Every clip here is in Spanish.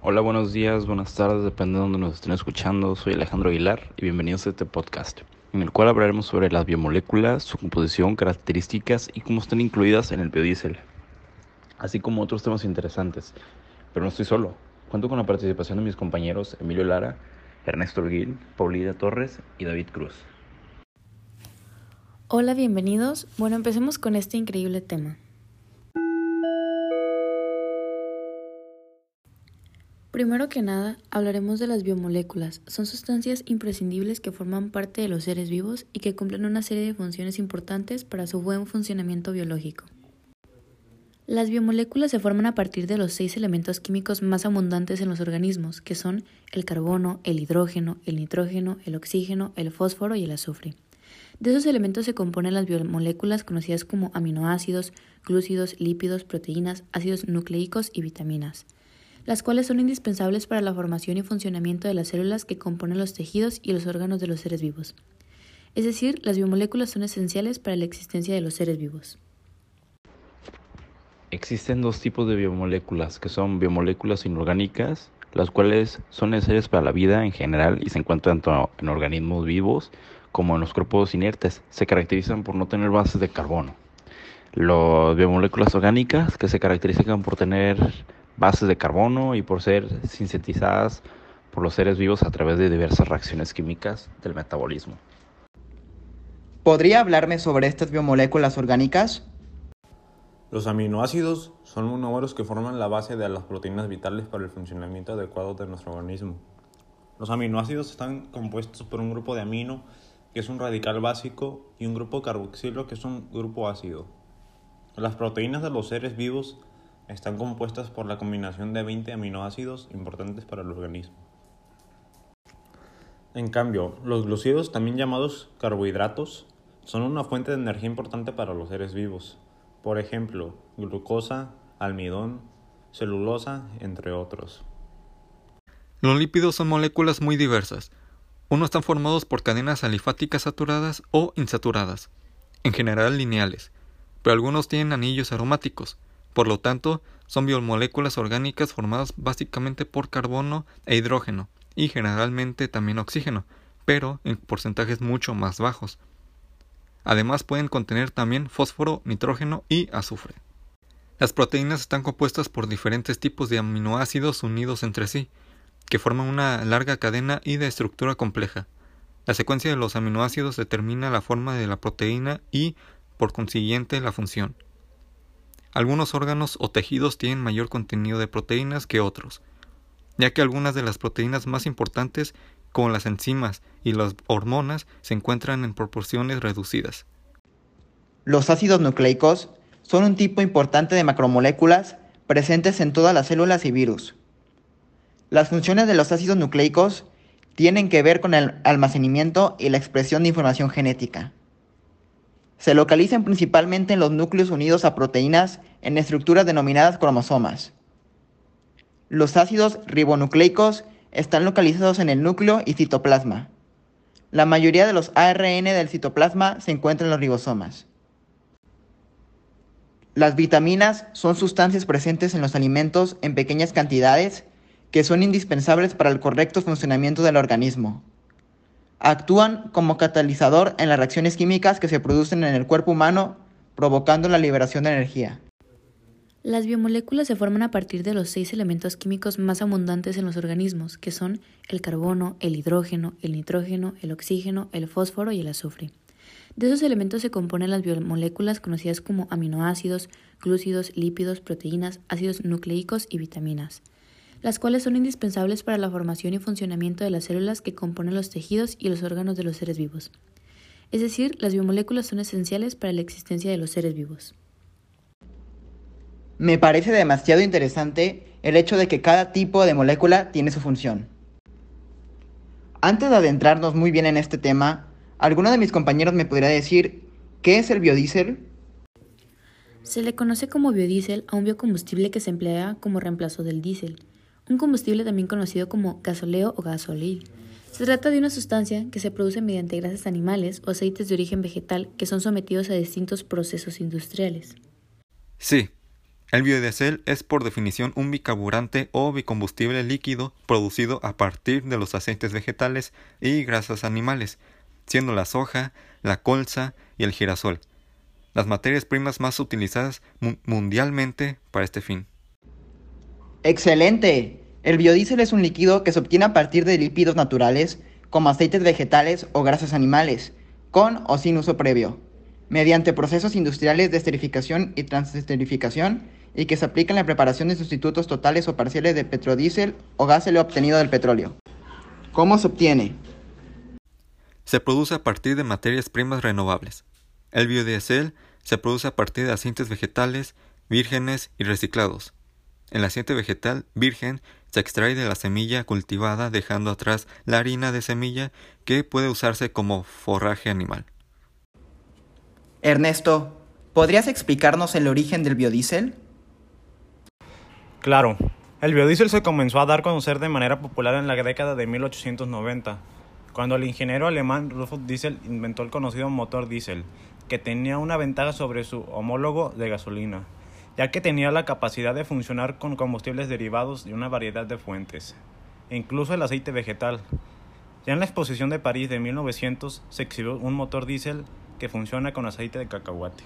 Hola, buenos días, buenas tardes, depende de donde nos estén escuchando. Soy Alejandro Aguilar y bienvenidos a este podcast, en el cual hablaremos sobre las biomoléculas, su composición, características y cómo están incluidas en el biodiesel, así como otros temas interesantes. Pero no estoy solo, cuento con la participación de mis compañeros Emilio Lara, Ernesto Orguín, Paulina Torres y David Cruz. Hola, bienvenidos. Bueno, empecemos con este increíble tema. Primero que nada, hablaremos de las biomoléculas. Son sustancias imprescindibles que forman parte de los seres vivos y que cumplen una serie de funciones importantes para su buen funcionamiento biológico. Las biomoléculas se forman a partir de los 6 elementos químicos más abundantes en los organismos, que son el carbono, el hidrógeno, el nitrógeno, el oxígeno, el fósforo y el azufre. De esos elementos se componen las biomoléculas conocidas como aminoácidos, glúcidos, lípidos, proteínas, ácidos nucleicos y vitaminas, las cuales son indispensables para la formación y funcionamiento de las células que componen los tejidos y los órganos de los seres vivos. Es decir, las biomoléculas son esenciales para la existencia de los seres vivos. Existen dos tipos de biomoléculas, que son biomoléculas inorgánicas, las cuales son necesarias para la vida en general y se encuentran tanto en organismos vivos como en los cuerpos inertes. Se caracterizan por no tener bases de carbono. Las biomoléculas orgánicas, que se caracterizan por tener bases de carbono y por ser sintetizadas por los seres vivos a través de diversas reacciones químicas del metabolismo. ¿Podría hablarme sobre estas biomoléculas orgánicas? Los aminoácidos son monómeros que forman la base de las proteínas vitales para el funcionamiento adecuado de nuestro organismo. Los aminoácidos están compuestos por un grupo de amino, que es un radical básico, y un grupo carboxilo, que es un grupo ácido. Las proteínas de los seres vivos están compuestas por la combinación de 20 aminoácidos importantes para el organismo. En cambio, los glúcidos, también llamados carbohidratos, son una fuente de energía importante para los seres vivos. Por ejemplo, glucosa, almidón, celulosa, entre otros. Los lípidos son moléculas muy diversas. Unos están formados por cadenas alifáticas saturadas o insaturadas, en general lineales, pero algunos tienen anillos aromáticos. Por lo tanto, son biomoléculas orgánicas formadas básicamente por carbono e hidrógeno, y generalmente también oxígeno, pero en porcentajes mucho más bajos. Además pueden contener también fósforo, nitrógeno y azufre. Las proteínas están compuestas por diferentes tipos de aminoácidos unidos entre sí, que forman una larga cadena y de estructura compleja. La secuencia de los aminoácidos determina la forma de la proteína y, por consiguiente, la función. Algunos órganos o tejidos tienen mayor contenido de proteínas que otros, ya que algunas de las proteínas más importantes, como las enzimas y las hormonas, se encuentran en proporciones reducidas. Los ácidos nucleicos son un tipo importante de macromoléculas presentes en todas las células y virus. Las funciones de los ácidos nucleicos tienen que ver con el almacenamiento y la expresión de información genética. Se localizan principalmente en los núcleos unidos a proteínas en estructuras denominadas cromosomas. Los ácidos ribonucleicos están localizados en el núcleo y citoplasma. La mayoría de los ARN del citoplasma se encuentran en los ribosomas. Las vitaminas son sustancias presentes en los alimentos en pequeñas cantidades que son indispensables para el correcto funcionamiento del organismo. Actúan como catalizador en las reacciones químicas que se producen en el cuerpo humano, provocando la liberación de energía. Las biomoléculas se forman a partir de los 6 elementos químicos más abundantes en los organismos, que son el carbono, el hidrógeno, el nitrógeno, el oxígeno, el fósforo y el azufre. De esos elementos se componen las biomoléculas conocidas como aminoácidos, glúcidos, lípidos, proteínas, ácidos nucleicos y vitaminas, las cuales son indispensables para la formación y funcionamiento de las células que componen los tejidos y los órganos de los seres vivos. Es decir, las biomoléculas son esenciales para la existencia de los seres vivos. Me parece demasiado interesante el hecho de que cada tipo de molécula tiene su función. Antes de adentrarnos muy bien en este tema, ¿alguno de mis compañeros me podría decir qué es el biodiesel? Se le conoce como biodiesel a un biocombustible que se emplea como reemplazo del diésel, un combustible también conocido como gasóleo o gasoil. Se trata de una sustancia que se produce mediante grasas animales o aceites de origen vegetal que son sometidos a distintos procesos industriales. Sí, El biodiesel es por definición un bicarburante o bicombustible líquido producido a partir de los aceites vegetales y grasas animales, siendo la soja, la colza y el girasol las materias primas más utilizadas mundialmente para este fin. ¡Excelente! El biodiesel es un líquido que se obtiene a partir de lípidos naturales, como aceites vegetales o grasas animales, con o sin uso previo, mediante procesos industriales de esterificación y transesterificación, y que se aplica en la preparación de sustitutos totales o parciales de petrodiesel o gas helio obtenido del petróleo. ¿Cómo se obtiene? Se produce a partir de materias primas renovables. El biodiesel se produce a partir de aceites vegetales vírgenes y reciclados. El aceite vegetal virgen se extrae de la semilla cultivada dejando atrás la harina de semilla que puede usarse como forraje animal. Ernesto, ¿podrías explicarnos el origen del biodiesel? Claro, el biodiesel se comenzó a dar a conocer de manera popular en la década de 1890, cuando el ingeniero alemán Rudolf Diesel inventó el conocido motor diésel, que tenía una ventaja sobre su homólogo de gasolina, ya que tenía la capacidad de funcionar con combustibles derivados de una variedad de fuentes, e incluso el aceite vegetal. Ya en la exposición de París de 1900 se exhibió un motor diésel que funciona con aceite de cacahuate.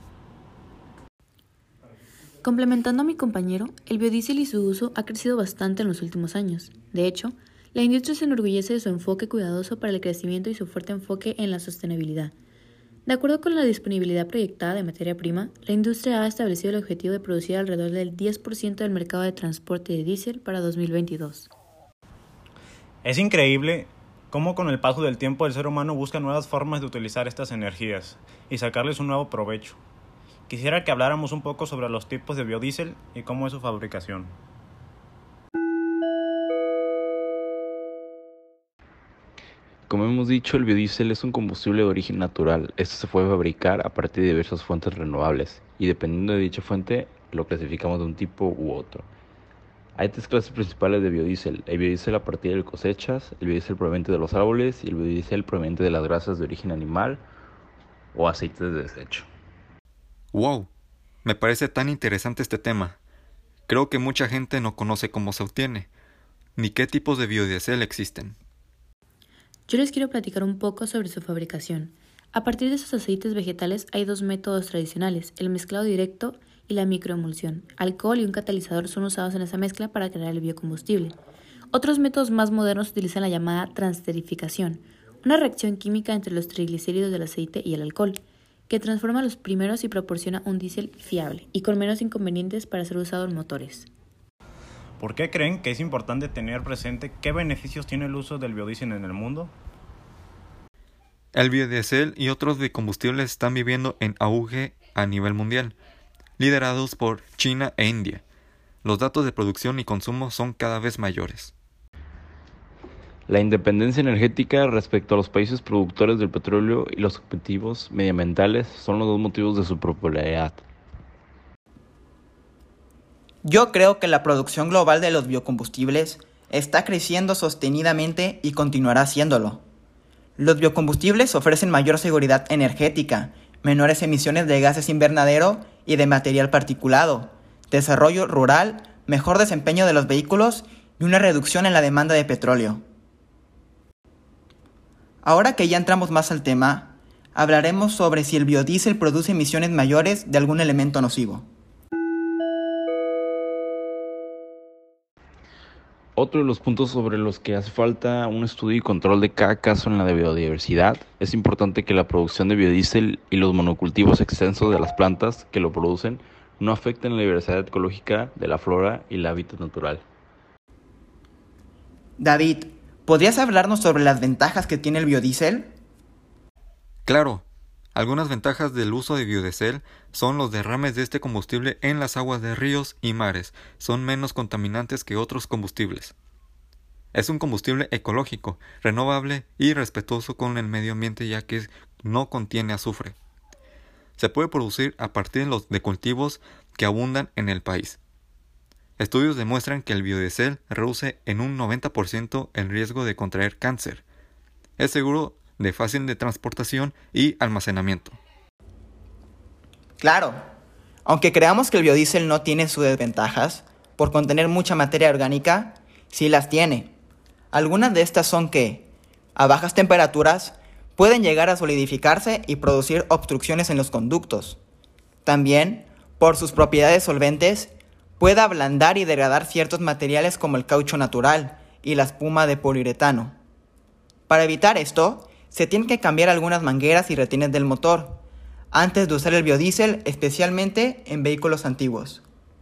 Complementando a mi compañero, el biodiesel y su uso ha crecido bastante en los últimos años. De hecho, la industria se enorgullece de su enfoque cuidadoso para el crecimiento y su fuerte enfoque en la sostenibilidad. De acuerdo con la disponibilidad proyectada de materia prima, la industria ha establecido el objetivo de producir alrededor del 10% del mercado de transporte de diésel para 2022. Es increíble cómo con el paso del tiempo el ser humano busca nuevas formas de utilizar estas energías y sacarles un nuevo provecho. Quisiera que habláramos un poco sobre los tipos de biodiesel y cómo es su fabricación. Como hemos dicho, el biodiesel es un combustible de origen natural. Este se puede fabricar a partir de diversas fuentes renovables y dependiendo de dicha fuente lo clasificamos de un tipo u otro. Hay tres clases principales de biodiesel: el biodiesel a partir de cosechas, el biodiesel proveniente de los árboles y el biodiesel proveniente de las grasas de origen animal o aceites de desecho. ¡Wow! Me parece tan interesante este tema. Creo que mucha gente no conoce cómo se obtiene, ni qué tipos de biodiesel existen. Yo les quiero platicar un poco sobre su fabricación. A partir de esos aceites vegetales hay dos métodos tradicionales, el mezclado directo y la microemulsión. Alcohol y un catalizador son usados en esa mezcla para crear el biocombustible. Otros métodos más modernos utilizan la llamada transesterificación, una reacción química entre los triglicéridos del aceite y el alcohol, que transforma los primeros y proporciona un diésel fiable y con menos inconvenientes para ser usado en motores. ¿Por qué creen que es importante tener presente qué beneficios tiene el uso del biodiesel en el mundo? El biodiesel y otros biocombustibles están viviendo en auge a nivel mundial, liderados por China e India. Los datos de producción y consumo son cada vez mayores. La independencia energética respecto a los países productores del petróleo y los objetivos medioambientales son los dos motivos de su popularidad. Yo creo que la producción global de los biocombustibles está creciendo sostenidamente y continuará haciéndolo. Los biocombustibles ofrecen mayor seguridad energética, menores emisiones de gases invernadero y de material particulado, desarrollo rural, mejor desempeño de los vehículos y una reducción en la demanda de petróleo. Ahora que ya entramos más al tema, hablaremos sobre si el biodiesel produce emisiones mayores de algún elemento nocivo. Otro de los puntos sobre los que hace falta un estudio y control de cada caso en la de biodiversidad, es importante que la producción de biodiesel y los monocultivos extensos de las plantas que lo producen no afecten la diversidad ecológica de la flora y el hábitat natural. David, ¿podrías hablarnos sobre las ventajas que tiene el biodiesel? Claro, algunas ventajas del uso de biodiesel son los derrames de este combustible en las aguas de ríos y mares, son menos contaminantes que otros combustibles. Es un combustible ecológico, renovable y respetuoso con el medio ambiente ya que no contiene azufre. Se puede producir a partir de cultivos que abundan en el país. Estudios demuestran que el biodiesel reduce en un 90% el riesgo de contraer cáncer. Es seguro, de fácil de transportación y almacenamiento. Claro, Aunque creamos que el biodiesel no tiene sus desventajas, por contener mucha materia orgánica, sí las tiene. Algunas de estas son que, a bajas temperaturas, pueden llegar a solidificarse y producir obstrucciones en los conductos. También, por sus propiedades solventes, puede ablandar y degradar ciertos materiales como el caucho natural y la espuma de poliuretano. Para evitar esto, se tienen que cambiar algunas mangueras y retines del motor, antes de usar el biodiesel, especialmente en vehículos antiguos.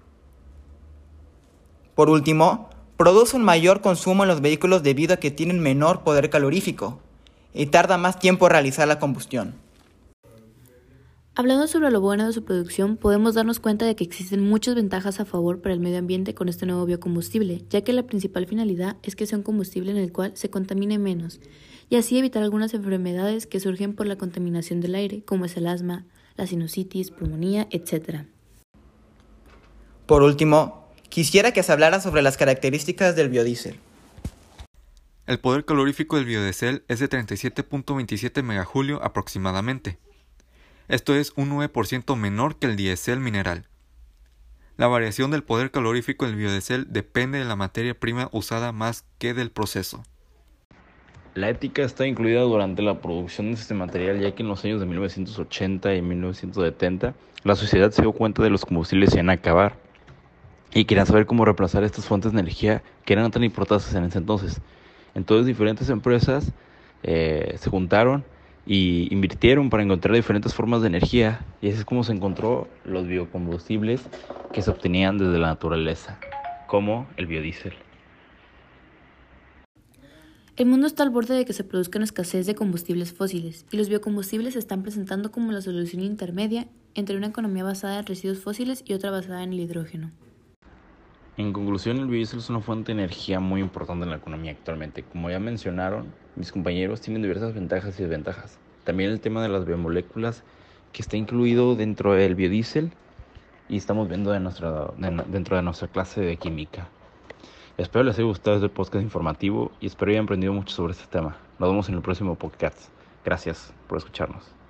Por último, produce un mayor consumo en los vehículos debido a que tienen menor poder calorífico y tarda más tiempo en realizar la combustión. Hablando sobre lo bueno de su producción, podemos darnos cuenta de que existen muchas ventajas a favor para el medio ambiente con este nuevo biocombustible, ya que la principal finalidad es que sea un combustible en el cual se contamine menos, y así evitar algunas enfermedades que surgen por la contaminación del aire, como es el asma, la sinusitis, pulmonía, etc. Por último, quisiera que se hablara sobre las características del biodiesel. El poder calorífico del biodiesel es de 37.27 megajulio aproximadamente. Esto es un 9% menor que el diésel mineral. La variación del poder calorífico del biodiesel depende de la materia prima usada más que del proceso. La ética está incluida durante la producción de este material, ya que en los años de 1980 y 1970 la sociedad se dio cuenta de los combustibles se iban a acabar y querían saber cómo reemplazar estas fuentes de energía que eran tan importantes en ese entonces. Entonces diferentes empresas se juntaron y invirtieron para encontrar diferentes formas de energía, y así es como se encontró los biocombustibles que se obtenían desde la naturaleza, como el biodiesel. El mundo está al borde de que se produzca una escasez de combustibles fósiles, y los biocombustibles se están presentando como la solución intermedia entre una economía basada en residuos fósiles y otra basada en el hidrógeno. En conclusión, el biodiesel es una fuente de energía muy importante en la economía actualmente. Como ya mencionaron mis compañeros, tienen diversas ventajas y desventajas. También el tema de las biomoléculas, que está incluido dentro del biodiesel y estamos viendo dentro de nuestra clase de química. Espero les haya gustado este podcast informativo y espero hayan aprendido mucho sobre este tema. Nos vemos en el próximo podcast. Gracias por escucharnos.